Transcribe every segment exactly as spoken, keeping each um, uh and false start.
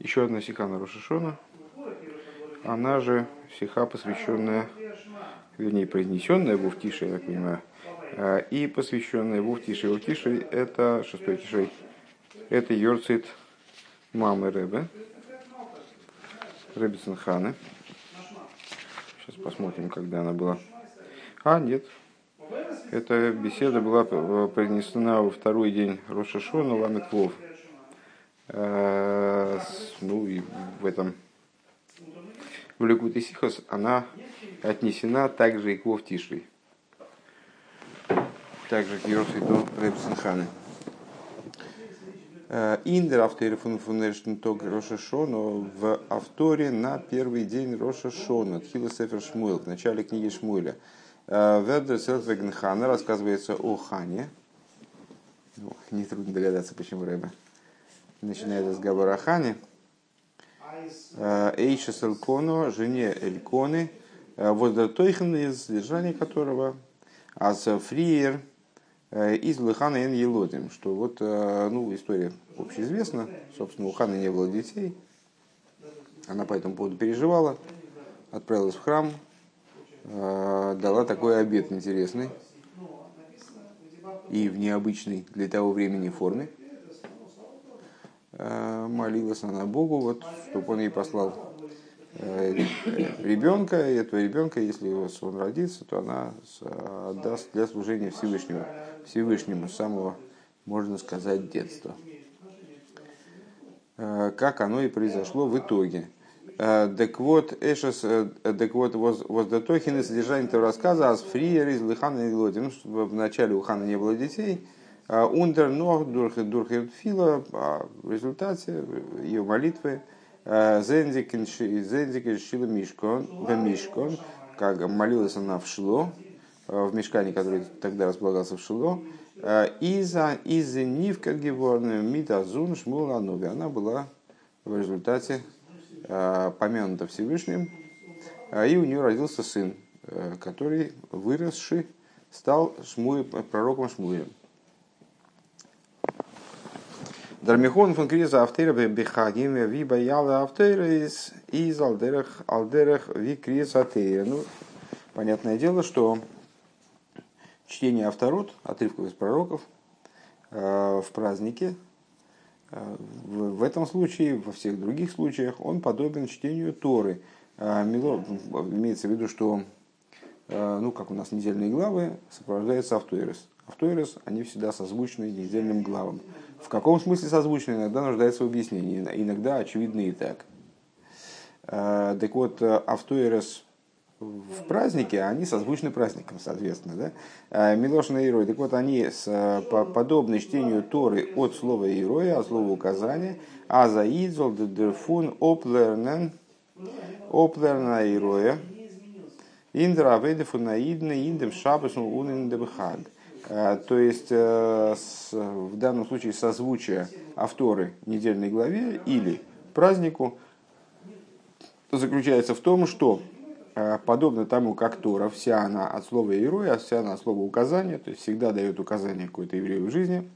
еще одна сиха на Рош ха-Шана, она же сиха, посвященная, вернее, произнесенная в Уфтише, я так понимаю, и посвященная в Уфтише. Уфтише — это шестой тишей, это Йорцит мамы Ребе, Ребе Цинханы. Сейчас посмотрим, когда она была. А, нет. Эта беседа была произнесена во второй день Рош ха-Шана, Ламет Вов. Ну и в этом, в Ликутей Сихос, она отнесена также и к Вов Тишри, также к Йорциту Ребе Цинханы. Индер авторе фун фунерштен тог Рош ха-Шана, в авторе на первый день Рош ха-Шана, Тхила Сефер Шмуэл, в начале книги Шмуэля. Вердер Селфвеген Хана рассказывается о Хане. Нетрудно догадаться, почему Ребе начинает разговор о Хане. Эйша Селконо, жене Эльконы, воздатойхен, из содержания которого аз фриер из Лыхана эн Елодим, что вот, ну, история общеизвестна, собственно, у Ханы не было детей, она по этому поводу переживала, отправилась в храм, дала такой обет интересный и в необычной для того времени форме. Молилась она Богу, вот, чтобы он ей послал ребенка, и этого ребенка, если он родится, то она отдаст для служения Всевышнему, Всевышнему с самого, можно сказать, детства. Как оно и произошло в итоге. Так вот, Эшес, так вот, воздатохин и содержание этого рассказа аз фриер из Лыхана и Лодим, в начале у Хана не было детей, ундер ног дурхертфила, в результате ее молитвы зендикин шила мишкон, в мишкон, как молилась она в Шило, в мишкане, который тогда располагался в Шило, из-за из-за нивка геворна митазун шмуланови, она была в результате помянута Всевышним, и у нее родился сын, который, выросший, стал Шмуэ, пророком Шмуэлем. Дармихон фон Криза Автера Бехагим Виба Яла Автера из из Алдерах Алдерах Ви Криза Атея. Ну, понятное дело, что чтение Авторот, отрывков из пророков, в празднике, в этом случае, во всех других случаях, он подобен чтению Торы. Имеется в виду, что, ну, как у нас недельные главы, сопровождается Автоэрес. Автоэрес, они всегда созвучны недельным главам. В каком смысле созвучны, иногда нуждается в объяснении, иногда очевидно и так. Так вот, Автоэрес в празднике, они созвучны праздникам, соответственно. Да? Милошина и Ирой, так вот, они с, по, подобны чтению Торы от слова Ироя, от слова указания, а за идзол дерфун оплернен оплерна Ироя, индра авейдефунаидна индем шабасну унендебхаг. То есть, в данном случае созвучие авторы недельной главе или празднику заключается в том, что подобно тому, как Тора, вся она от слова «иероя», а вся она от слова «указания», то есть всегда дает указание какой-то еврею в жизни,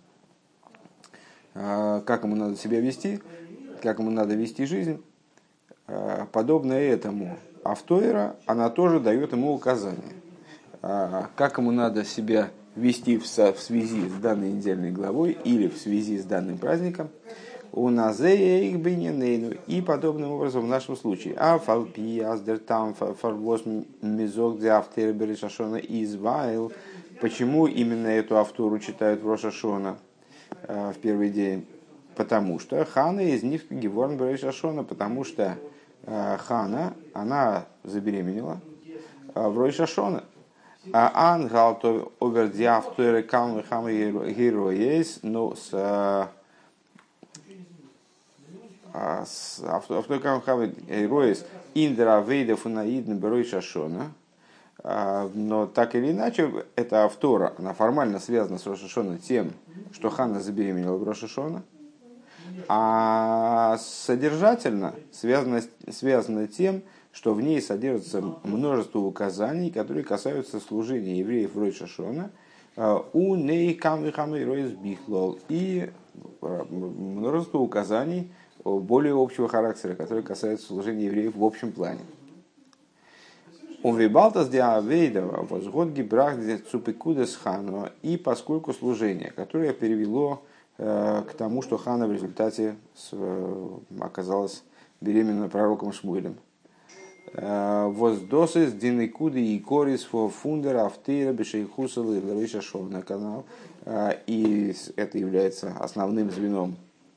как ему надо себя вести, как ему надо вести жизнь, подобно этому Автоэра, она тоже дает ему указания, как ему надо себя вести в связи с данной недельной главой или в связи с данным праздником, у назея их биненейну, и подобным образом в нашем случае. А фалпи аздертам фарвоз мизок де автер береш ха-Шана изваил. Почему именно эту автору читают в Рош ха-Шана в первый день? Потому что Хана из нивки геворн береш ха-Шана, потому что Хана, она забеременела в Рош ха-Шана. А ангал оверди авторы кам хам героес, но с Автокам хавы героис индра вейда фунаидн берой шашона. Но так или иначе, эта автора, она формально связана с Рош ха-Шана тем, что Хана забеременела в Рош ха-Шана, а содержательно связано, связано тем, что в ней содержится множество указаний, которые касаются служения евреев в Рош ха-Шана, у ней камы хамы роис бихлол, и множество указаний более общего характера, которые касаются служения евреев в общем плане. У Вибалтас Диавейдова возгод гибрах цупикудес хану, и поскольку служение, которое привело э, к тому, что Хана в результате с, э, оказалась беременна пророком Шмуэлем, воздосис динекуды и корис фо фундер автейра бешейхусалы лавиша шов на канал, и это является основным звеном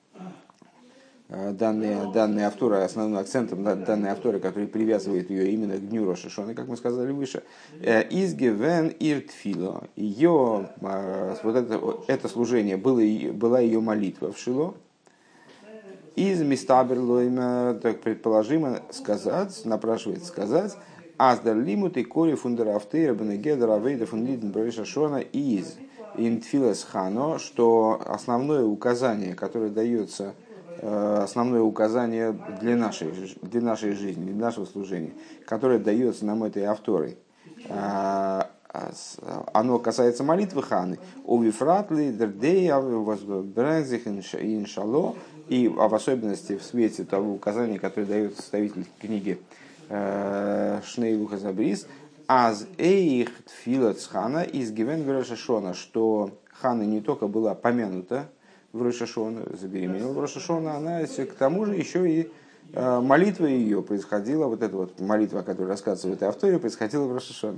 данные, данные авторы, основным акцентом данной авторы, который привязывает ее именно к дню Рош ха-Шана, как мы сказали выше, изгевен иртфило, ее вот это, это служение было, была ее молитва в Шило. Из мистаберлойма, так предположимо сказать, напрашивается сказать, аздер лимут и кори фундера автейра бенегедер авейда фундиден брэша шона из интфилес хано, что основное указание, которое дается, основное указание для нашей, для нашей жизни, для нашего служения, которое дается нам этой авторой, оно касается молитвы Ханы. Увифратли дердея возбрэнзих иншало, и в особенности в свете того указания, которое дает составитель книги Шнейлуха Забрис, аз эйх тфилат Хана из гивен в Рош ха-Шана, что Хана не только была помянута в Рош ха-Шана, забеременела в Рош ха-Шана, она к тому же еще и молитва ее происходила, вот эта вот молитва, которая рассказывается в этой авторе, происходила в Рош ха-Шана.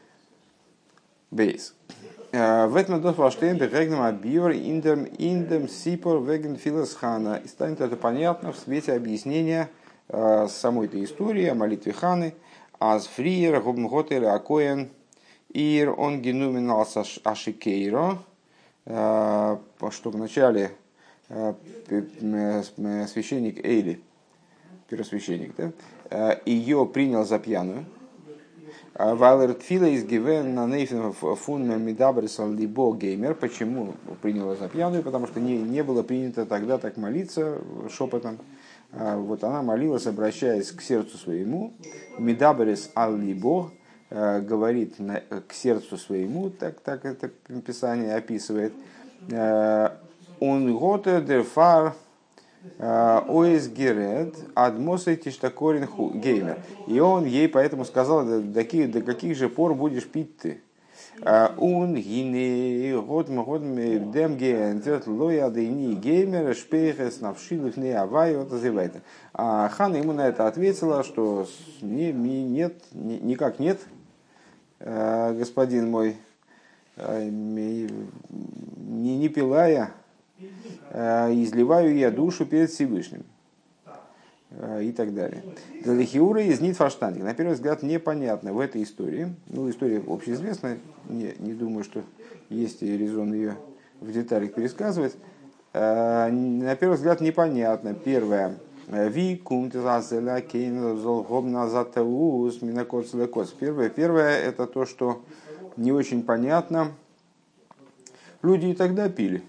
Бейс. В этом дос ваштейн бегегнем абьюр индем индем сипор веген филас Хана. И станет это понятно в свете объяснения э, самой этой истории о молитве Ханы. Аз фриер гобмготер акоен ир он генуменал ашикейро. Что вначале э, священник Эйли, первосвященник, да, ее принял за пьяную. Вайлер Тфила из Гивен на Нейфен фун Мидабрисал либо геймер. Почему приняла за пьяную? Потому что не, не было принято тогда так молиться шепотом. Вот она молилась, обращаясь к сердцу своему. Мидабрис ал либо говорит на, к сердцу своему, так, так это Писание описывает. Он готе дерфар Оис Герет, Адмосой Тиштакорин Геймер. И он ей поэтому сказал, до каких, до каких же пор будешь пить ты? Он гине год год дем геэнтет лоя дейни геймер шпейхес навшилых не авай вот называет. А Хана ему на это ответила, что не, не, нет, не, никак нет, господин мой, не, не пила я, изливаю я душу перед Всевышним и так далее. Для Лихиура из Нитфаштандик. На первый взгляд непонятно в этой истории. Ну, история общеизвестная. Не, не думаю, что есть резон ее в деталях пересказывать. На первый взгляд непонятно. Первое. Ви кумтезазеля кейн золгобна затеус минакоц лекоц. Первое. Первое это то, что не очень понятно. Люди и тогда пили.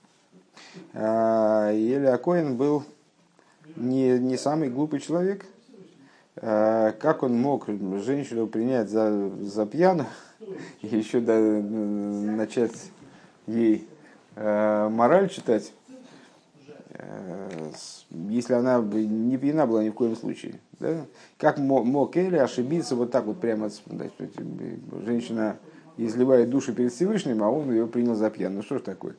Илья Коэн был не, не самый глупый человек. Как он мог женщину принять за, за пьяную и еще до, начать ей мораль читать, если она не пьяна была ни в коем случае? Да? Как мог Эли ошибиться вот так вот прямо? Значит, женщина изливает душу перед Всевышним, а он ее принял за пьяную. Ну что ж такое?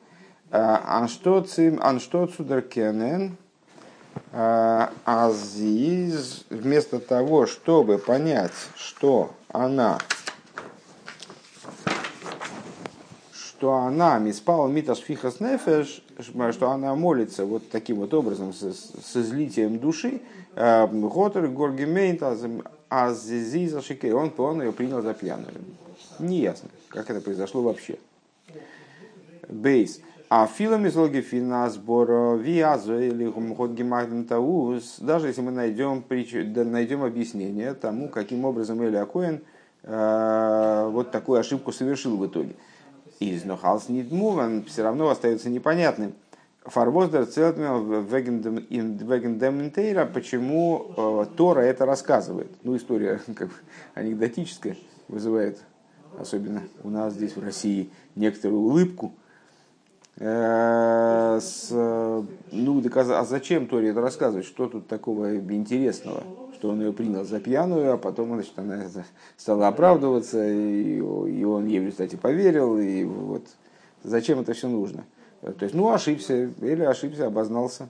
Анштоцудеркенен Азиз, вместо того, чтобы понять, что она, что она миспал митас фихас нефеш, что она молится вот таким вот образом, с, с излитием души, Готер Горгимейнт Азиза Шикей, он, он ее принял за пьяную. Неясно, как это произошло вообще. Бейс. А филами злогефина сбора виазу или гумготгимагдентаус, даже если мы найдем, притчу, найдем объяснение тому, каким образом Эли Коэн э, вот такую ошибку совершил в итоге. Из нохалс нидмуван все равно остается непонятным. Фарвоздер целтмен вегендементейра, почему э, Тора это рассказывает. Ну, история как бы анекдотическая, вызывает, особенно у нас здесь в России, некоторую улыбку. С, ну, а зачем Торе это рассказывать? Что тут такого интересного? Что он ее принял за пьяную, а потом, значит, она стала оправдываться, и, и он ей в результате поверил. И вот зачем это все нужно? То есть, ну, ошибся, или ошибся, обознался.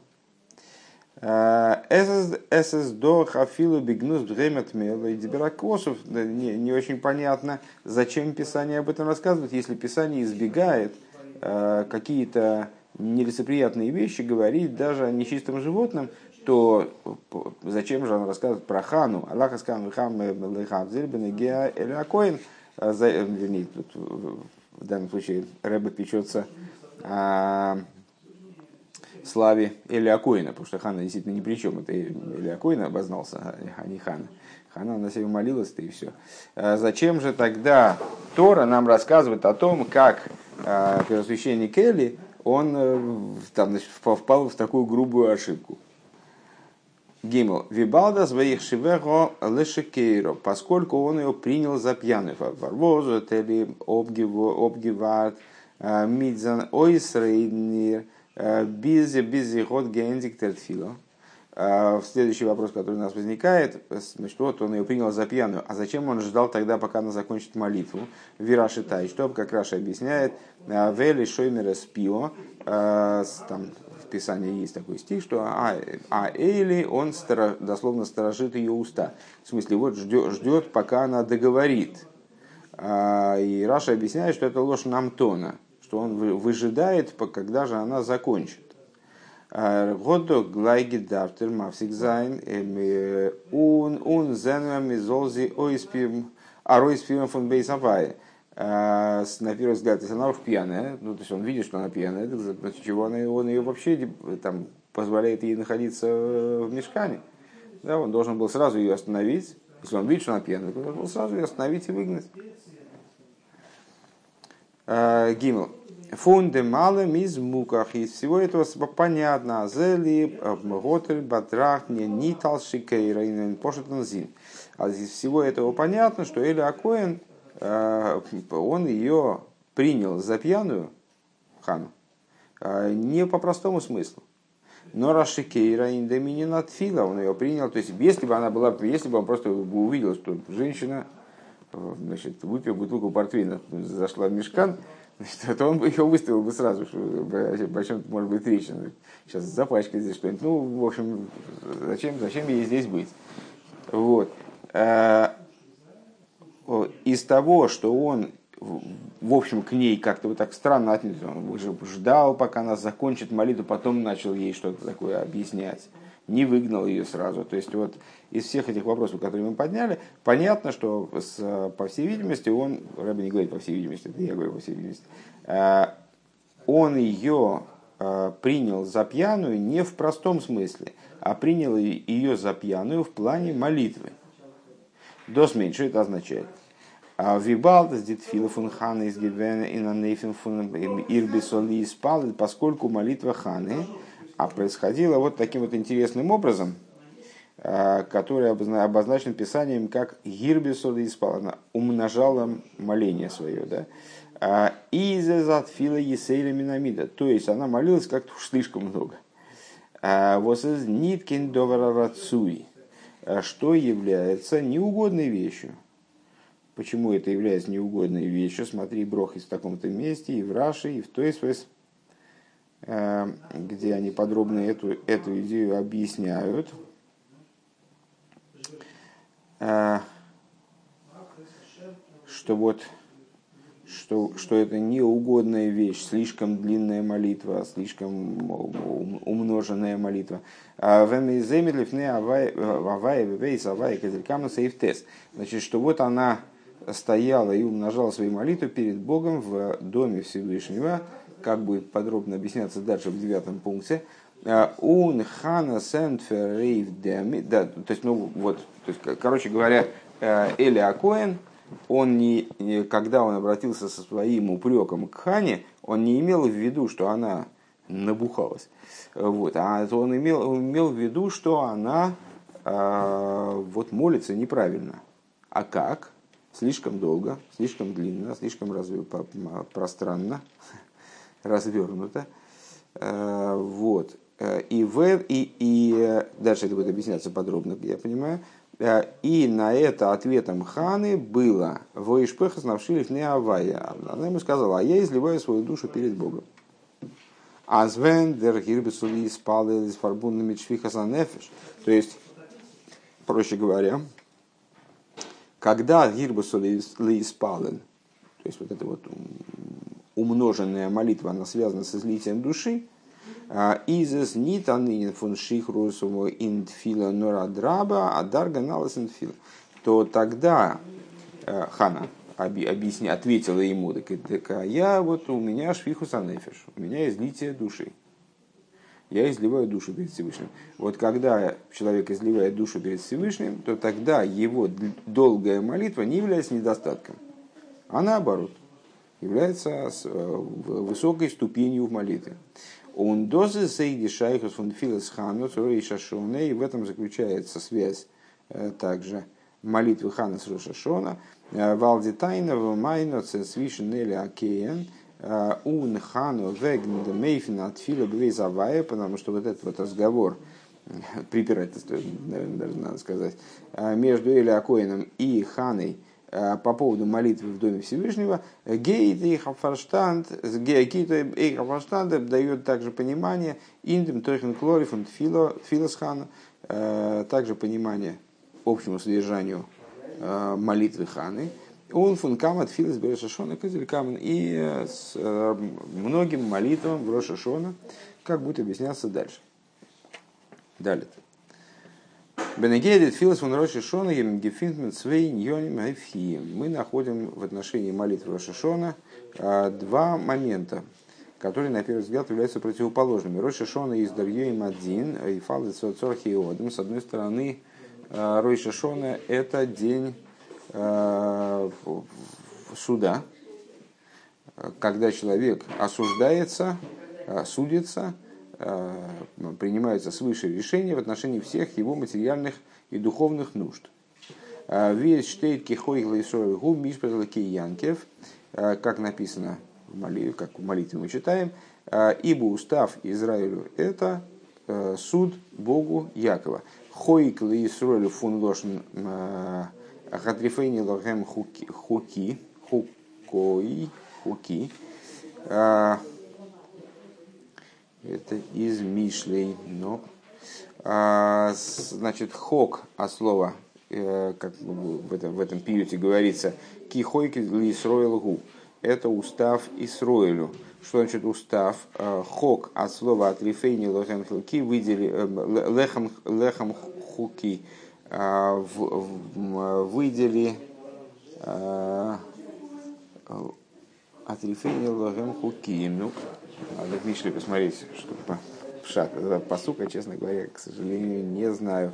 Эсэс до хафилу бигнус бремет мела и дебиракосов. Не очень понятно, зачем Писание об этом рассказывает, если Писание избегает какие-то нелицеприятные вещи говорить даже о нечистом животном, то зачем же он рассказывает про Хану? Аллах сказал, Хам лехав зельбен геа элякоин. Вернее, тут в данном случае Рэбе печется о славе Элиакоина, потому что Хана действительно ни при чем. Это Элиакоин обознался, а не Хана. Хана на себя молилась-то и все. Зачем же тогда Тора нам рассказывает о том, как первосвященник Эли, он там, значит, впал в такую грубую ошибку? Гимл. Вибалда своих шивего лешекейро, поскольку он ее принял за пьяную. Варвозу, тели обгиват, мидзан ойсрейднир, бизи бизи год гендик тертфило. Следующий вопрос, который у нас возникает, значит, вот он ее принял за пьяную, а зачем он ждал тогда, пока она закончит молитву? Вираши тай, что, как Раша объясняет, вели шоймера спио, там в Писании есть такой стих, что а, а Эйли, он стара, дословно сторожит ее уста, в смысле, вот ждет, ждет пока она договорит. И Раша объясняет, что это ложь намтона, что он выжидает, когда же она закончит. Годо глайги дафтер мавсик зайн ун ун зенами золзи ойспим аройспим фон бейсавай. На первый взгляд, если она уж пьяная, ну то есть он видит, что она пьяная, значит, чего он, он ее вообще там позволяет ей находиться в мишкане. Да, он должен был сразу ее остановить. Если он видит, что она пьяная, то он должен был сразу ее остановить и выгнать. Гимл. Фунде малым из муках. Из всего этого понятно. Зели, готель, батрах, не нитал, шикейра, и пошутнзин. А из всего этого понятно, что Эли Акоин, он ее принял за пьяную, Хану, не по простому смыслу. Но Рашикейра индеминин отфила, он ее принял. То есть, если бы она была, если бы он просто увидел, что женщина, значит, выпив бутылку портвейна, зашла в мишкан, то он бы ее выставил бы сразу, что о чем может быть речь. Сейчас запачкать здесь что-нибудь. Ну, в общем, зачем, зачем ей здесь быть? Вот. Из того, что он, в общем, к ней как-то вот так странно отнесся, он уже ждал, пока она закончит молитву, потом начал ей что-то такое объяснять. Не выгнал ее сразу. То есть, вот из всех этих вопросов, которые мы подняли, понятно, что, с, по всей видимости, он, Рэбби не говорит по всей видимости, это я говорю по всей видимости, он ее принял за пьяную не в простом смысле, а принял ее за пьяную в плане молитвы. Досмен, что это означает? Вибалдас дитфила фун ханы из гивена и на нейфен фун ирбисоли спал, поскольку молитва ханы а происходила вот таким вот интересным образом, который обозначен Писанием как гирбисоли спал, она умножала моление свое, да. И зазатфила есейля минамида, то есть она молилась как-то уж слишком много. Вот из ниткин доваравацуй, что является неугодной вещью. Почему это является неугодной вещью? Смотри, Брохис в таком-то месте, и в Раши, и в Тойсвес, где они подробно эту, эту идею объясняют. Что вот, что, что это неугодная вещь, слишком длинная молитва, слишком умноженная молитва. Значит, что вот она стояла и умножала свои молитвы перед Богом в доме Всевышнего, как будет подробно объясняться дальше в девятом пункте. Он хана сентфер рейв деми, да, то есть, ну вот, то есть, короче говоря, Эли Акоин, он не, когда он обратился со своим упреком к Хане, он не имел в виду, что она набухалась, вот, а он имел, имел в виду, что она э, вот молится неправильно. А как? Слишком долго, слишком длинно, слишком разве пространно. развернуто. Вот. И, в, и, и дальше это будет объясняться подробно, я понимаю. И на это ответом Ханы было «Воишпехас навшилив не авая». Она ему сказала: а я изливаю свою душу перед Богом. «Азвен дер гирбесули спалы из фарбунными чвихаса нефеш». То есть, проще говоря, когда гирбесули спалы, то есть вот эта вот умноженная молитва, она связана с излитием души, «Изес нит анынен фун шихрусуму интфила норадраба адарга налас интфила», то тогда Хана объясня, ответила ему: так, так я вот у меня швихус анефиш, у меня излитие души, я изливаю душу перед Всевышним. Вот когда человек изливает душу перед Всевышним, то тогда его долгая молитва не является недостатком, а наоборот является высокой ступенью в молитве. Он дозы сейди шайхус фун филес ханус рейша шона, и в этом заключается связь также молитвы Хана с Роша Шона. Валди тайна в майно цесвишен или акеен ун хану вегн мейфин от фила бвейзавая, потому что вот этот вот разговор, препирательство, наверное, даже надо сказать, между Эли Акоином и Ханой по поводу молитвы в Доме Всевышнего, Гейт и Хафарштанд, дает также понимание, индем тойхен клорифон филосхана, также понимание общему содержанию молитвы Ханы, он функамат филос брешашона козелькамен, и с многим молитвам в Рош ха-Шона, как будет объясняться дальше. Далее. Бенегедит филос фун Рош ха-Шона гефинтмен свей ньоним гефием. Мы находим в отношении молитвы Рош ха-Шона два момента, которые, на первый взгляд, являются противоположными. Рош ха-Шона из Дарьёим один и фалдет соцорхи и одам. С одной стороны, Рош ха-Шона — это день суда, когда человек осуждается, судится, принимаются свыше решения в отношении всех его материальных и духовных нужд. Весь штейт кихойгла и сорогу мишпатлаки янкев, как написано в молитве, как в молитве мы читаем, ибо устав Израилю — это суд Богу Якова. Хойгла и сорогу фун лошн хатрифейни лохем хуки хуки хукой хуки. Это из Мишлей, но а, значит хок от слова, э, как в этом, в этом пиюте говорится, кихойки ли Исроэлгу, это устав Исроэлю. Что значит устав? Хок от слова атрифейни лехем хуки, выдели лехем лехем хуки, выдели атрифейни лехем хуки. Ну, надо в Мишле посмотреть, что по пшат, пасука, честно говоря, к сожалению, не знаю.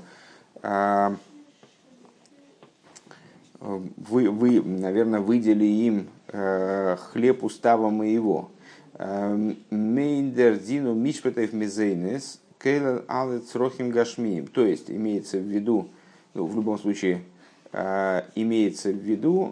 Вы, вы наверное, выдели им хлеб устава моего. Мейндердину мишпетев мизейнес кейлер алец рохим гашмием. То есть имеется в виду, ну, в любом случае, имеется в виду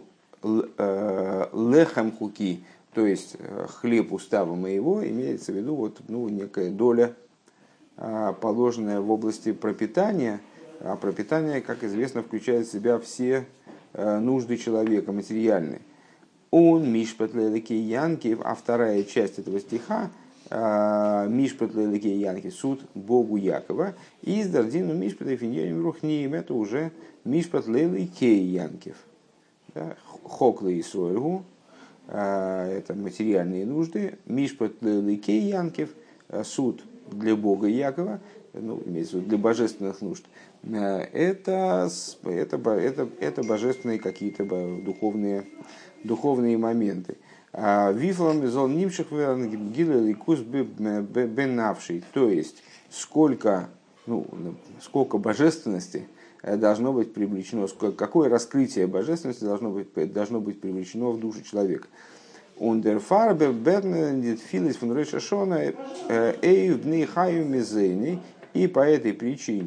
лехам хуки. То есть хлеб устава моего, имеется в виду вот, ну, некая доля, положенная в области пропитания. А пропитание, как известно, включает в себя все нужды человека материальные. Он мишпат лелекей янкив, а вторая часть этого стиха мишпат лелекей янкив, суд Богу Якова, и из дардину мишпат эфиньоним рухниим, это уже мишпат лелекей янкив. Хоклы и сойгу, это материальные нужды, мишпат лелекей янкив, суд для Бога Якова, ну, имеется в виду для божественных нужд. Это, это, это, это божественные какие-то духовные, духовные моменты. Вифлам зон нимших гилеликус бенавший. То есть, сколько, ну, сколько божественности должно быть привлечено, какое раскрытие божественности должно быть, должно быть привлечено в душу человека. Ундерфарбе беднедит филис фун Рош ха-Шона эйв дней хаю мизейни. И по этой причине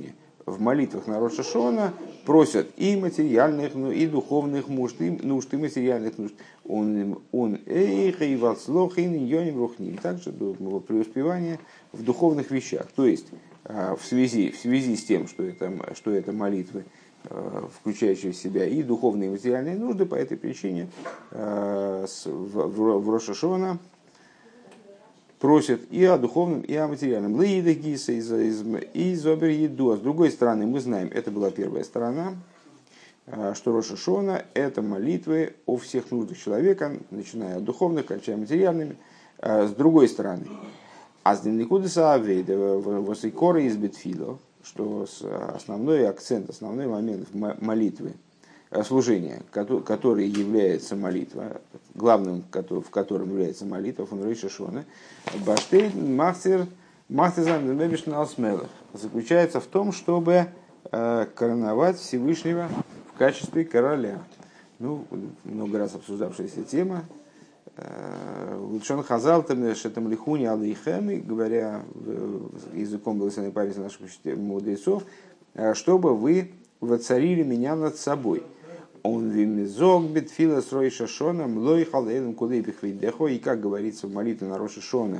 в молитвах на Рош ха-Шана просят и материальных, ну, и духовных нужд, и, нужд, и материальных нужд. Он он эйх и вацлохин йоним рухним. Также преуспевание в духовных вещах. То есть в связи, в связи с тем, что это, что это молитвы, включающие в себя и духовные, и материальные нужды, по этой причине в, в, в Рош ха-Шана просят и о духовном, и о материальном. Леида гиса и зобер еду. А с другой стороны, мы знаем, это была первая сторона, что Рош ха-Шана – это молитвы о всех нуждах человека, начиная от духовных, кончая материальными. С другой стороны, а с Дневникудеса Авейда, Восикора из Бетфило, что основной акцент, основной момент молитвы, служения, который является молитва, главным, в котором является молитва, фон Рош ха-Шана, Баштейт Махтер Махтезан Мебишнал Смелах, заключается в том, чтобы короновать Всевышнего в качестве короля. Ну, много раз обсуждавшаяся тема. Лучшон Хазал Шетам Лихуни Алейхеми, говоря языком благословенной памяти наших мудрецов, чтобы вы воцарили меня над собой. Он вимизог битфила с Рош ха-Шана млой халейлем кудей пихвидехо, и как говорится в молитве на Рош ха-Шана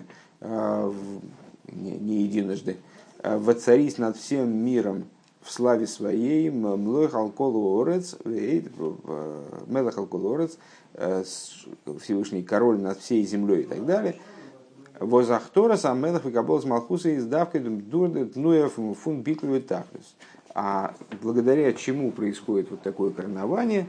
не единожды, воцарись над всем миром в славе своей, млой халколу орец, мелах халколу орец, Всевышний король над всей землей и так далее. Возахторас амелах и кабол с малхуса и сдавкой днуев фун битлю тахлюс. А благодаря чему происходит вот такое коронование,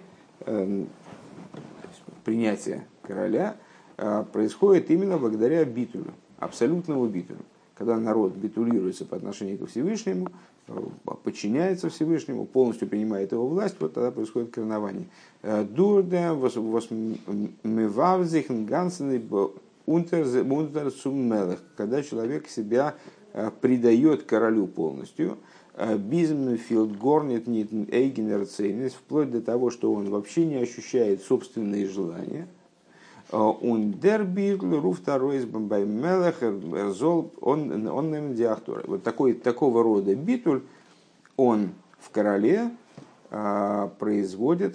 принятие короля, происходит именно благодаря битулю, абсолютному битулю. Когда народ битулируется по отношению к Всевышнему, подчиняется Всевышнему, полностью принимает его власть, вот тогда происходит коронование. Дурда восмевавзихн гансен унтер суммелах, когда человек себя предает королю полностью, Бизмфилд горнет нит эйгенерцейнес, вплоть до того, что он вообще не ощущает собственные желания. Он дербитл руф второй из бамбаймелах эрзол он он нем диахтор. Вот такой такого рода битуль он в короле а, производит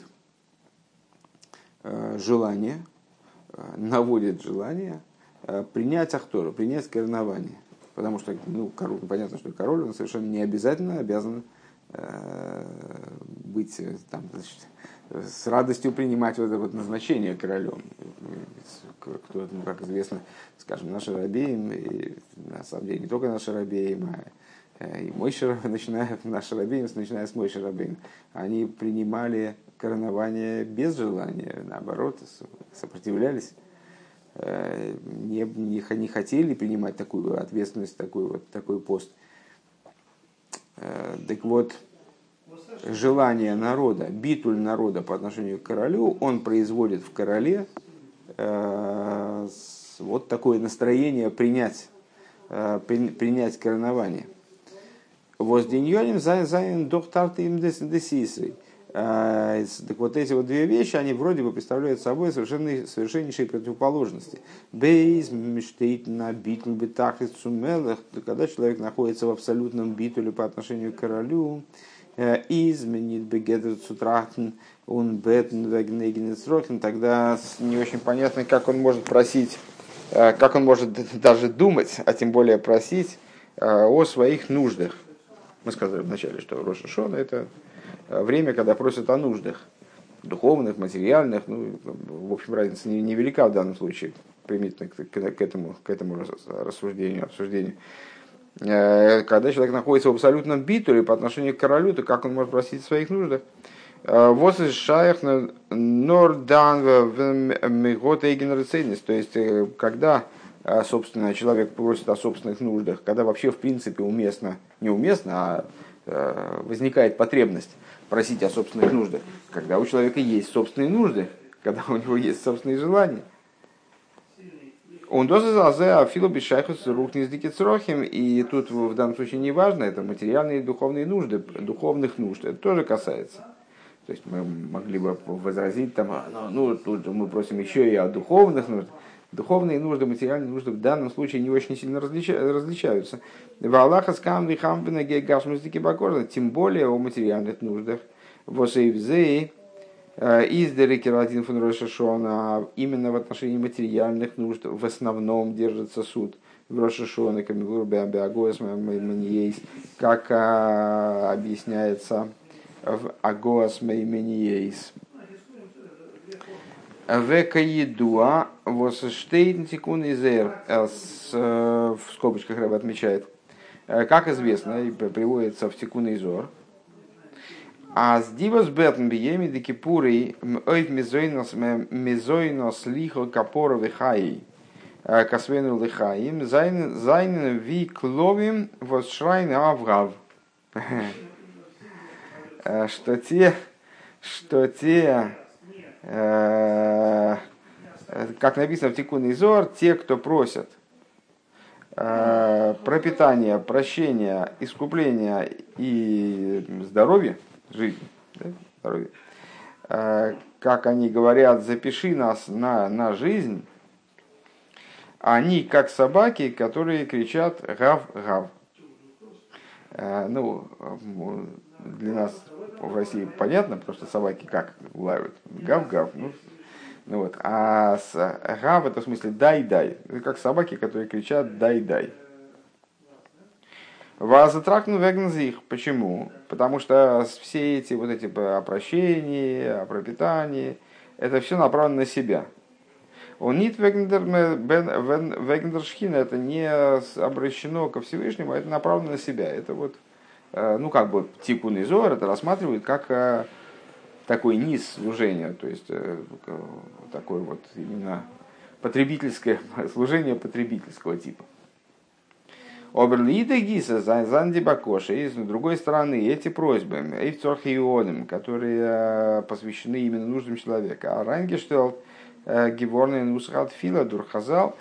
а, желание, а, наводит желание а, принять ахтору, принять коронование. Потому что, ну, король, понятно, что король, он совершенно не обязательно обязан э, быть там, значит, с радостью принимать вот это вот назначение королем. Кто, ну, как известно, скажем, наши рабеим, и на самом деле не только наши рабеим, а и Мойше Рабейн, начиная наши рабеим, начиная с Мойше Рабейн, они принимали коронование без желания, наоборот, сопротивлялись. Не, не, не хотели принимать такую ответственность, такой, вот, такой пост. Так вот, желание народа, битуль народа по отношению к королю, он производит в короле э, вот такое настроение принять, э, при, принять коронование. Возденьоним зайн дохтарты им десисой. Так вот эти вот две вещи, они вроде бы представляют собой совершенно, совершеннейшие противоположности. Бейз мечтает на битуль битахлит сумелах, когда человек находится в абсолютном битуле по отношению к королю, изменит бегедет сутрахтен, он бетн вегнегенет срохен, тогда не очень понятно, как он может просить, как он может даже думать, а тем более просить о своих нуждах. Мы сказали вначале, что Рош ха-Шана — это время, когда просят о нуждах духовных, материальных. Ну, в общем, разница невелика в данном случае, применительно к, к, этому, к этому рассуждению, обсуждению. Когда человек находится в абсолютном битуле по отношению к королю, то как он может просить о своих нуждах? Вот из шаях нордан мегот эйгенерцейнис, то есть, когда, собственно, человек просит о собственных нуждах, когда вообще, в принципе, уместно, неуместно, а возникает потребность просить о собственных нуждах, когда у человека есть собственные нужды, когда у него есть собственные желания. Он тоже за филу бешайхус рук не сдикицрохим, и тут в данном случае не важно, это материальные и духовные нужды, духовных нужд, это тоже касается. То есть мы могли бы возразить, там, ну, тут мы просим еще и о духовных нуждах. Духовные нужды, материальные нужды в данном случае не очень сильно различа- различаются. В Аллаха скамды хампина гейгашмустики бакорда, тем более о материальных нуждах. Восейвзей издери кератин фун Рошашона, именно в отношении материальных нужд в основном держится суд. В Рошашона, как объясняется в Агоас Меймениейс. Века едуа восштейн тикун изер, в скобочках Рэбе отмечает, как известно, и приводится в тикун изор. А с дивос бетн биеми декипурей ойв мизойнос мизойнос лихо капора вихай касвену лихаим зайн ви кловим восшрайн авгав. Что те, что те, как написано в Тикун Изор, те, кто просят пропитания, прощения, искупления и здоровья, жизни, да, здоровья, как они говорят, запиши нас на, на жизнь, они как собаки, которые кричат гав-гав. Ну, для нас в России понятно, потому что собаки как лают? Гав-гав. Ну, ну вот. А с гав это в смысле дай-дай. Это как собаки, которые кричат дай-дай. Вазатракну вегнзих. Почему? Потому что все эти вот эти о прощении, о пропитании, это все направлено на себя. Он нит вегндершхина, это не обращено ко Всевышнему, это направлено на себя. Это вот, ну как бы Тикун Изор это рассматривает как такой низ служения, то есть такое вот именно потребительское служение потребительского типа. Оберлида гиса занди бакоши, с другой стороны, эти просьбы, эйфцорхионим, которые посвящены именно нуждам человека, а рангештелт геворный нусхат фила дурхазал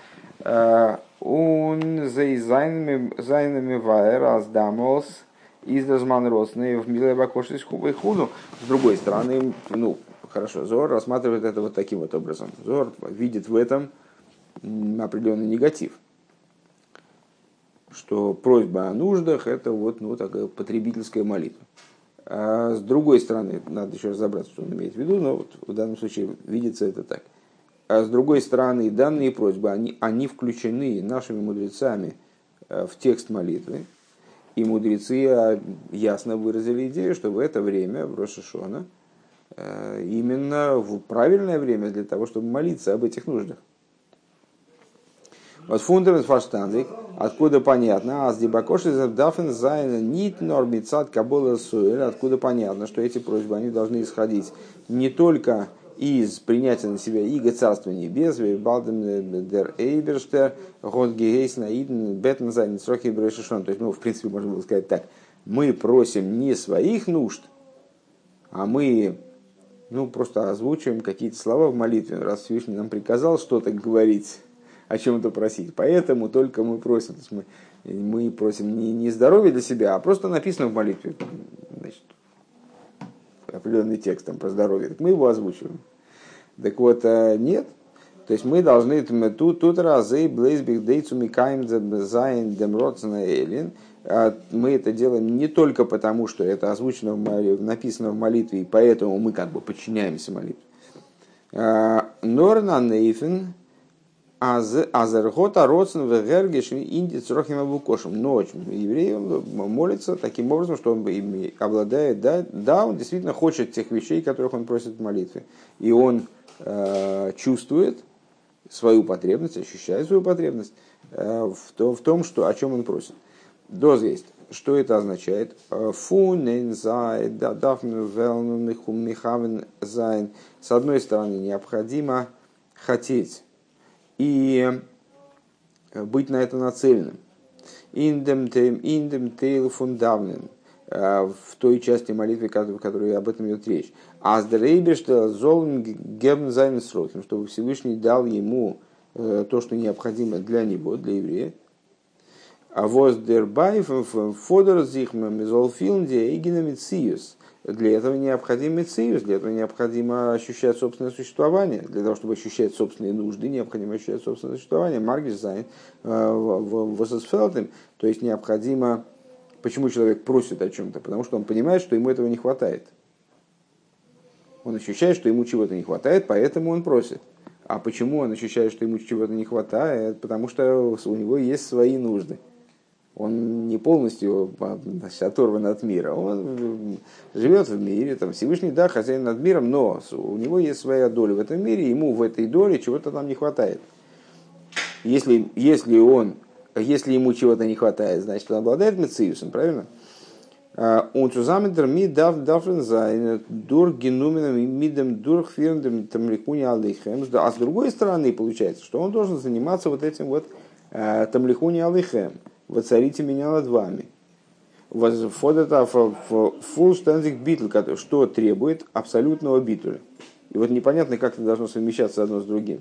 он за зайнами ваэр аздамолс из дазман росны в милой бакоши с хубой худу. С другой стороны, ну хорошо, Зор рассматривает это вот таким вот образом. Зор видит в этом определенный негатив, что просьба о нуждах это вот ну, такая потребительская молитва. А с другой стороны, надо еще разобраться, что он имеет в виду, но вот в данном случае видится это так. А с другой стороны, данные просьбы, они, они включены нашими мудрецами в текст молитвы, и мудрецы ясно выразили идею, что в это время, в Рош ха-Шана, именно в правильное время для того, чтобы молиться об этих нуждах. Вот фундамент фарштандик, откуда понятно, аз дебакоши задафен зайн нит нормицат кабола суэль, откуда понятно, что эти просьбы они должны исходить не только из принятия на себя иго Царства Небес, балдем дер эйберштер, год гейс наиден бетен зайн срохи брешешон. То есть, ну, в принципе, можно было сказать так: мы просим не своих нужд, а мы, ну, просто озвучиваем какие-то слова в молитве, раз Всевышний нам приказал что-то говорить, о чем-то просить. Поэтому только мы просим. То есть мы, мы просим не, не здоровье для себя, а просто написано в молитве. Значит, определенный текст там про здоровье. Так мы его озвучиваем. Так вот, нет. То есть мы должны тут тут разы блейзбих дейцу микаем зайн демротсна эллин. Мы это делаем не только потому, что это озвучено, в, написано в молитве, и поэтому мы как бы подчиняемся молитве. Норна нейфен Азергота родсен вегергеш инди црохим абукошем. Но еврей молится таким образом, что он обладает, да, да, он действительно хочет тех вещей, которых он просит в молитве. И он э, чувствует свою потребность, ощущает свою потребность э, в, то, в том, что, о чем он просит. Доз есть. Что это означает? Фунен зайн, да, дафн велн михавен зайн. С одной стороны, необходимо хотеть и быть на это нацеленным. Индем тейл фундавнен, в той части молитвы, в которой об этом идет речь. А с дрейбешта золн гебн зайн сроким, чтобы Всевышний дал ему то, что необходимо для него, для еврея. А воздербай фодер зихма мезолфилм диэгинамициус. Для этого необходим мициус, для этого необходимо ощущать собственное существование. Для того, чтобы ощущать собственные нужды, необходимо ощущать собственное существование. Маргиш зайн вососфелтем, то есть необходимо... Почему человек просит о чем-то? Потому что он понимает, что ему этого не хватает. Он ощущает, что ему чего-то не хватает, поэтому он просит. А почему он ощущает, что ему чего-то не хватает? Потому что у него есть свои нужды. Он не полностью, значит, оторван от мира. Он живет в мире, там, Всевышний, да, хозяин над миром, но у него есть своя доля в этом мире, ему в этой доле чего-то там не хватает. Если, если, он, если ему чего-то не хватает, значит, он обладает мециусом, правильно? Он цузаметр ми дав дафен зайн дур генуменом мидем дур фирндем тамлихуни алейхем. А с другой стороны, получается, что он должен заниматься вот этим вот тамлихуни алейхем. Воцарите меня над вами. Фулстендик битл, что требует абсолютного битуля. И вот непонятно, как это должно совмещаться одно с другим.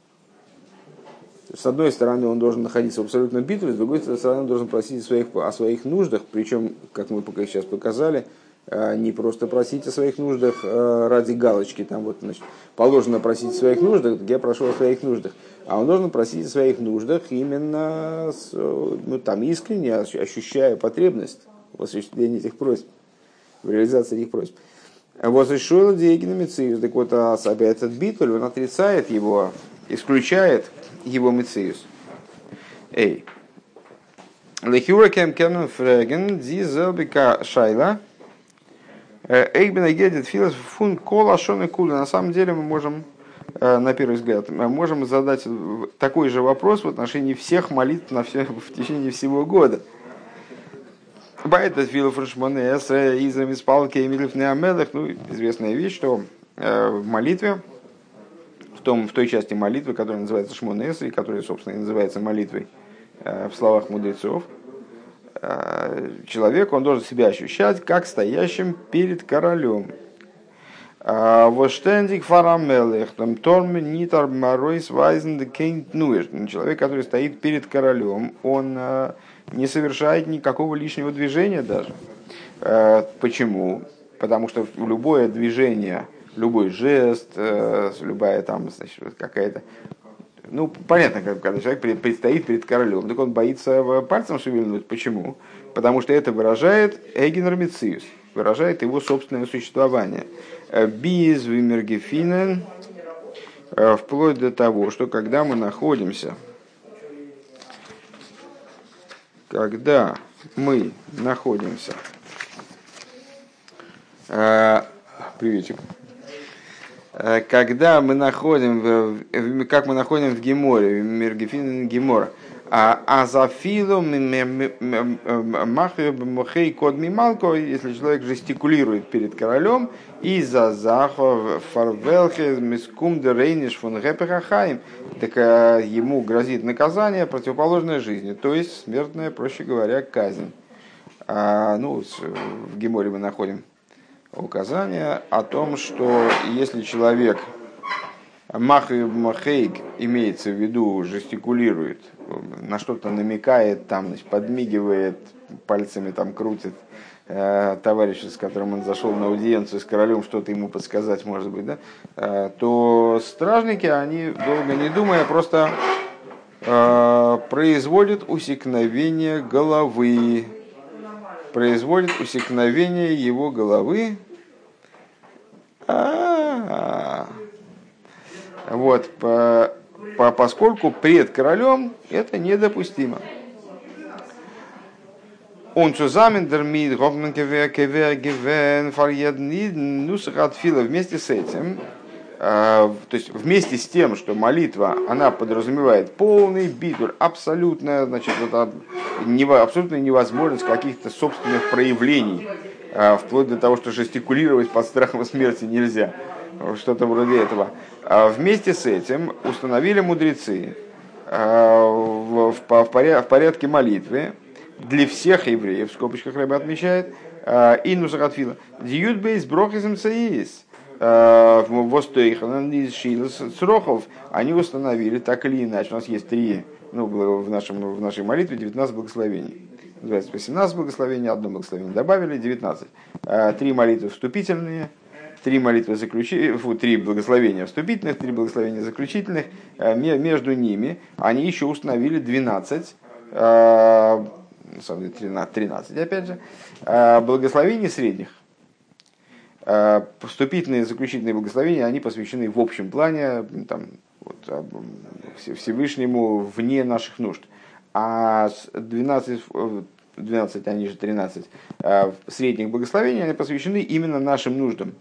С одной стороны, он должен находиться в абсолютном битуле, с другой стороны, он должен просить о своих, о своих нуждах, причем, как мы пока сейчас показали, не просто просить о своих нуждах ради галочки, там вот, значит, положено просить о своих нуждах, я прошу о своих нуждах, а он должен просить о своих нуждах именно, ну, там, искренне, ощущая потребность в осуществлении этих просьб, в реализации этих просьб. Вот решил диегиномициус, так вот, опять этот битуль, он отрицает его, исключает его мециус. Эй. Лехюракем кемнен фреген ди зелбика шайла. Эйбена гедет филос фун кола шон и кула. На самом деле мы можем, на первый взгляд, мы можем задать такой же вопрос в отношении всех молитв на все, в течение всего года. Байта филофршманес изами спалки эмилев неамелах. Ну, известная вещь, что в молитве, В, том, в той части молитвы, которая называется Шмон Эсри, которая, собственно, и называется молитвой э, в словах мудрецов, э, человек, он должен себя ощущать как стоящим перед королем. Воштендик фарамелех, там торм нитар маройс вайзен де кейнт нуэш. Человек, который стоит перед королем, он э, не совершает никакого лишнего движения даже. Э, почему? Потому что любое движение, любой жест, любая там, значит, какая-то... Ну, понятно, когда человек предстоит перед королем, так он боится пальцем шевельнуть. Почему? Потому что это выражает эгенер мециус, выражает его собственное существование. Биз вимергефинен, вплоть до того, что когда мы находимся, когда мы находимся... Приветик. Когда мы находим, в, как мы находим в Геморе, в Мергефин Гемора, а зафилу махю мохей код мималко, если человек жестикулирует перед королем, и за захов фарвелхе мискум де рейниш фон гепехахаим, так ему грозит наказание, противоположное жизни, то есть смертная, проще говоря, казнь. А, ну, в Геморе мы находим указание о том, что если человек махейк имеется в виду, жестикулирует, на что-то намекает, там, значит, подмигивает, пальцами там крутит э, товарища, с которым он зашел на аудиенцию с королем, что-то ему подсказать, может быть, да, э, то стражники, они, долго не думая, просто э, производят усекновение головы. производит усекновение его головы. А-а-а. Вот, по, по, поскольку пред королем это недопустимо. Он цузамендер мид вместе с этим, то есть вместе с тем, что молитва, она подразумевает полный битур, абсолютная, значит, вот, абсолютная невозможность каких-то собственных проявлений, вплоть до того, что жестикулировать под страхом смерти нельзя, что-то вроде этого. Вместе с этим установили мудрецы в порядке молитвы для всех евреев, в скобочках Рэбе отмечает, инус ратфила, диют бейс брохизм саис, в Востойханан из Шилс Црохов, они установили так или иначе. У нас есть три ну, в, нашем, в нашей молитве девятнадцать благословений. Называется восемнадцать благословений, одно благословение добавили, девятнадцать. Три молитвы вступительные, три молитвы заключительные, фу, три благословения вступительных, три благословения заключительных. Между ними они еще установили двенадцать, тринадцать опять же, благословений средних. Вступительные и заключительные благословения, они посвящены в общем плане там, вот, Всевышнему вне наших нужд. А двенадцать, двенадцать, они же тринадцать средних благословений, они посвящены именно нашим нуждам.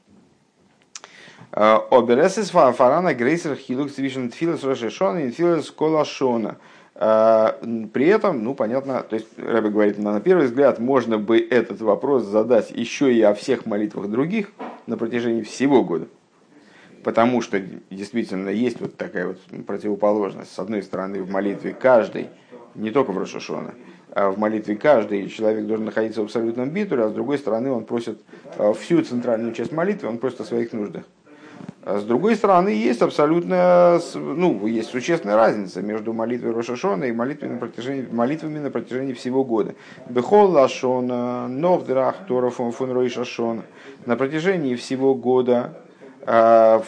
Обересес фарана грейсер хилук свишен тфилос рошешона и тфилос колашона. При этом, ну понятно, то есть Ребе говорит, на первый взгляд можно бы этот вопрос задать еще и о всех молитвах других на протяжении всего года. Потому что действительно есть вот такая вот противоположность. С одной стороны, в молитве каждый, не только в Рош ха-Шана, а в молитве каждый человек должен находиться в абсолютном битуле, а с другой стороны, он просит всю центральную часть молитвы, он просит о своих нуждах. А с другой стороны, есть абсолютно, ну, есть существенная разница между молитвой Рош ха-Шана и молитвами на протяжении, молитвами на протяжении всего года. Бехол лашона, новдрах торов фун Рош ха-Шана. На протяжении всего года, до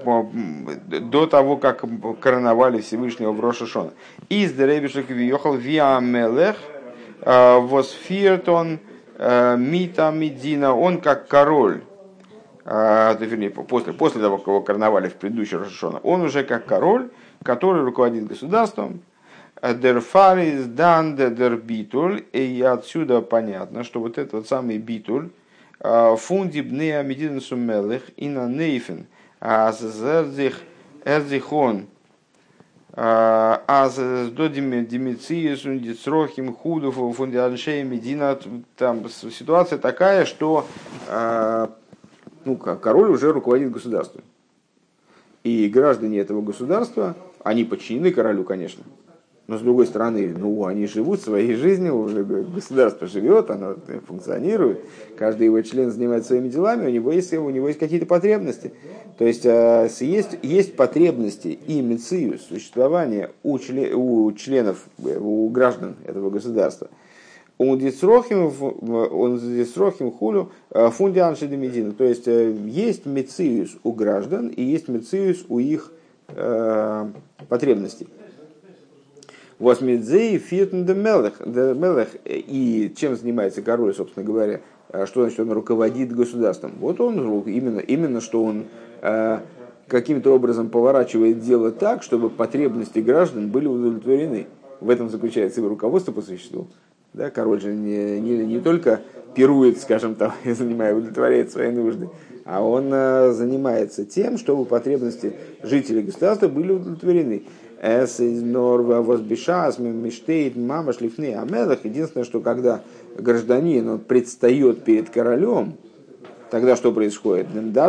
того, как короновали Всевышнего в Рош ха-Шана. Из деревишек въехал виа мелех восфиртон мита медина. Он как король, вернее, после, после того, как его короновали в предыдущий Рош ха-Шана, он уже как король, который руководит государством. Дерфарис дан дер битуль. И отсюда понятно, что вот этот самый битуль, фунди бнея медиден сумелых и на нейфен аз зердих эрдихон аз додим демиции сундицрохим худов фунди аншей медина. Там ситуация такая, что ну, король уже руководит государством, и граждане этого государства, они подчинены королю, конечно. Но с другой стороны, ну, они живут своей жизнью, уже государство живет, оно функционирует, каждый его член занимается своими делами, у него есть, у него есть какие-то потребности. То есть есть, есть потребности и мециус существования у, член, у членов, у граждан этого государства. Он дисрохим хулю фундианши демедина. То есть есть мециус у граждан и есть мециус у их э, потребностей. Восьмидзей фиртн де мелех. И чем занимается король, собственно говоря? Что значит, он руководит государством? Вот он именно, именно что он э, каким-то образом поворачивает дело так, чтобы потребности граждан были удовлетворены. В этом заключается его руководство по существу. Да, король же не, не, не только пирует, скажем так, и занимает, удовлетворяет свои нужды, а он э, занимается тем, чтобы потребности жителей государства были удовлетворены. Единственное, что когда гражданин он предстает перед королем, тогда что происходит?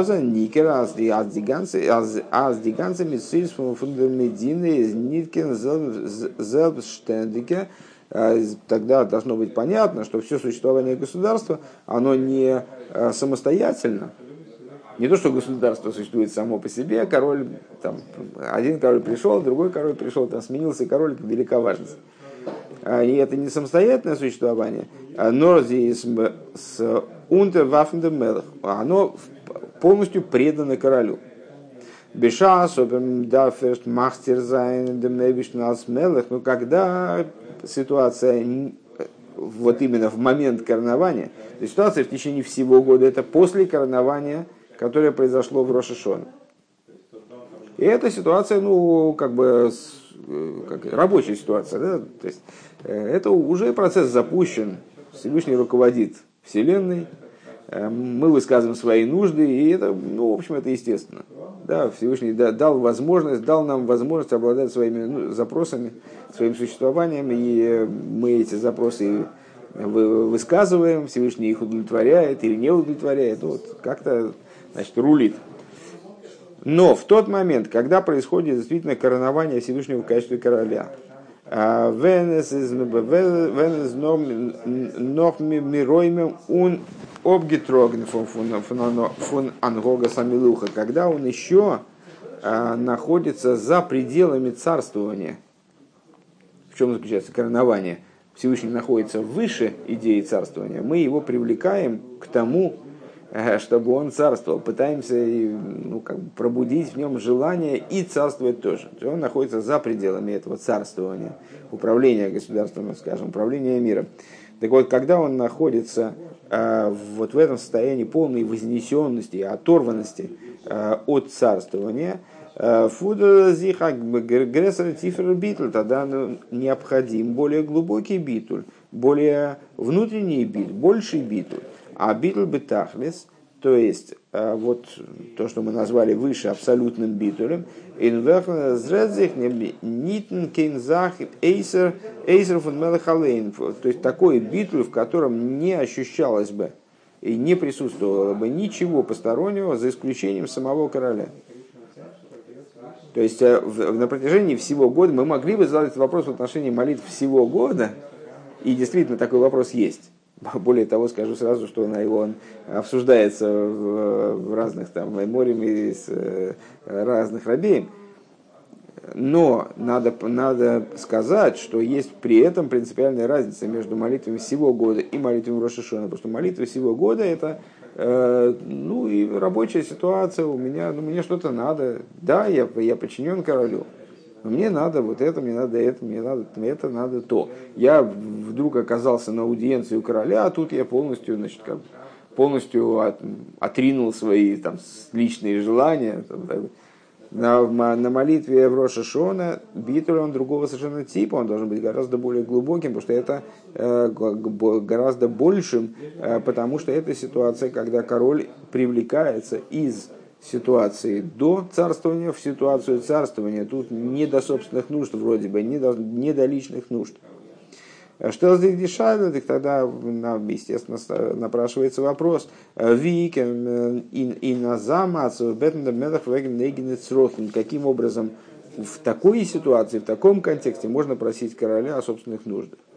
Тогда должно быть понятно, что все существование государства, оно не самостоятельно. Не то, что государство существует само по себе, король, там, один король пришел, другой король пришел, там, сменился король, велика важность. И это не самостоятельное существование, но здесь с унтерваффендем, оно полностью предано королю. Беша, особенно, да, ферст мастер зайн, но когда ситуация вот именно в момент коронования, то есть ситуация в течение всего года, это после коронования, которое произошло в Рош ха-Шана. И эта ситуация, ну, как бы, как, рабочая ситуация, да? То есть, это уже процесс запущен, Всевышний руководит Вселенной, мы высказываем свои нужды, и это, ну, в общем, это естественно. Да, Всевышний дал возможность, дал нам возможность обладать своими ну, запросами, своим существованием, и мы эти запросы высказываем, Всевышний их удовлетворяет или не удовлетворяет, вот, как-то, значит, рулит. Но в тот момент, когда происходит действительно коронование Всевышнего в качестве короля, Венес из ног мироймем он обгитрогн фон ангога самилуха, когда он еще находится за пределами царствования. чем заключается коронование, Всевышний находится выше идеи царствования, мы его привлекаем к тому, чтобы он царствовал, пытаемся ну, как бы пробудить в нем желание и царствовать тоже. То есть он находится за пределами этого царствования, управления государством, скажем, управления миром. Так вот, когда он находится э, вот в этом состоянии полной вознесенности, оторванности э, от царствования, фуда зиха грессер цифр битуль, тогда ну, необходим более глубокий битуль, более внутренний битуль, больший битуль. А битуль бетахлис, то есть вот то, что мы назвали выше абсолютным битулем, то есть такой битуль, в котором не ощущалось бы и не присутствовало бы ничего постороннего, за исключением самого короля. То есть на протяжении всего года мы могли бы задать вопрос в отношении молитв всего года, и действительно такой вопрос есть. Более того, скажу сразу, что он, он обсуждается в, в разных там мемориях с разных рабеем. Но надо, надо сказать, что есть при этом принципиальная разница между молитвами всего года и молитвами Рош ха-Шана. Потому что молитвы всего года это э, ну, и рабочая ситуация, у меня, ну, мне что-то надо. Да, я, я подчинен королю. Но мне надо вот это, мне надо это, мне надо это, надо то. Я вдруг оказался на аудиенции у короля, а тут я полностью, значит, как, полностью от, отринул свои там, личные желания. Там, на, на молитве в Рош ха-Шана битуль он другого совершенно типа, он должен быть гораздо более глубоким, потому что это э, гораздо большим, э, потому что это ситуация, когда король привлекается из ситуации до царствования в ситуацию царствования. Тут не до собственных нужд вроде бы, не до, не до личных нужд. Что здесь решают, так тогда нам, естественно, напрашивается вопрос. Каким образом в такой ситуации, в таком контексте можно просить короля о собственных нуждах?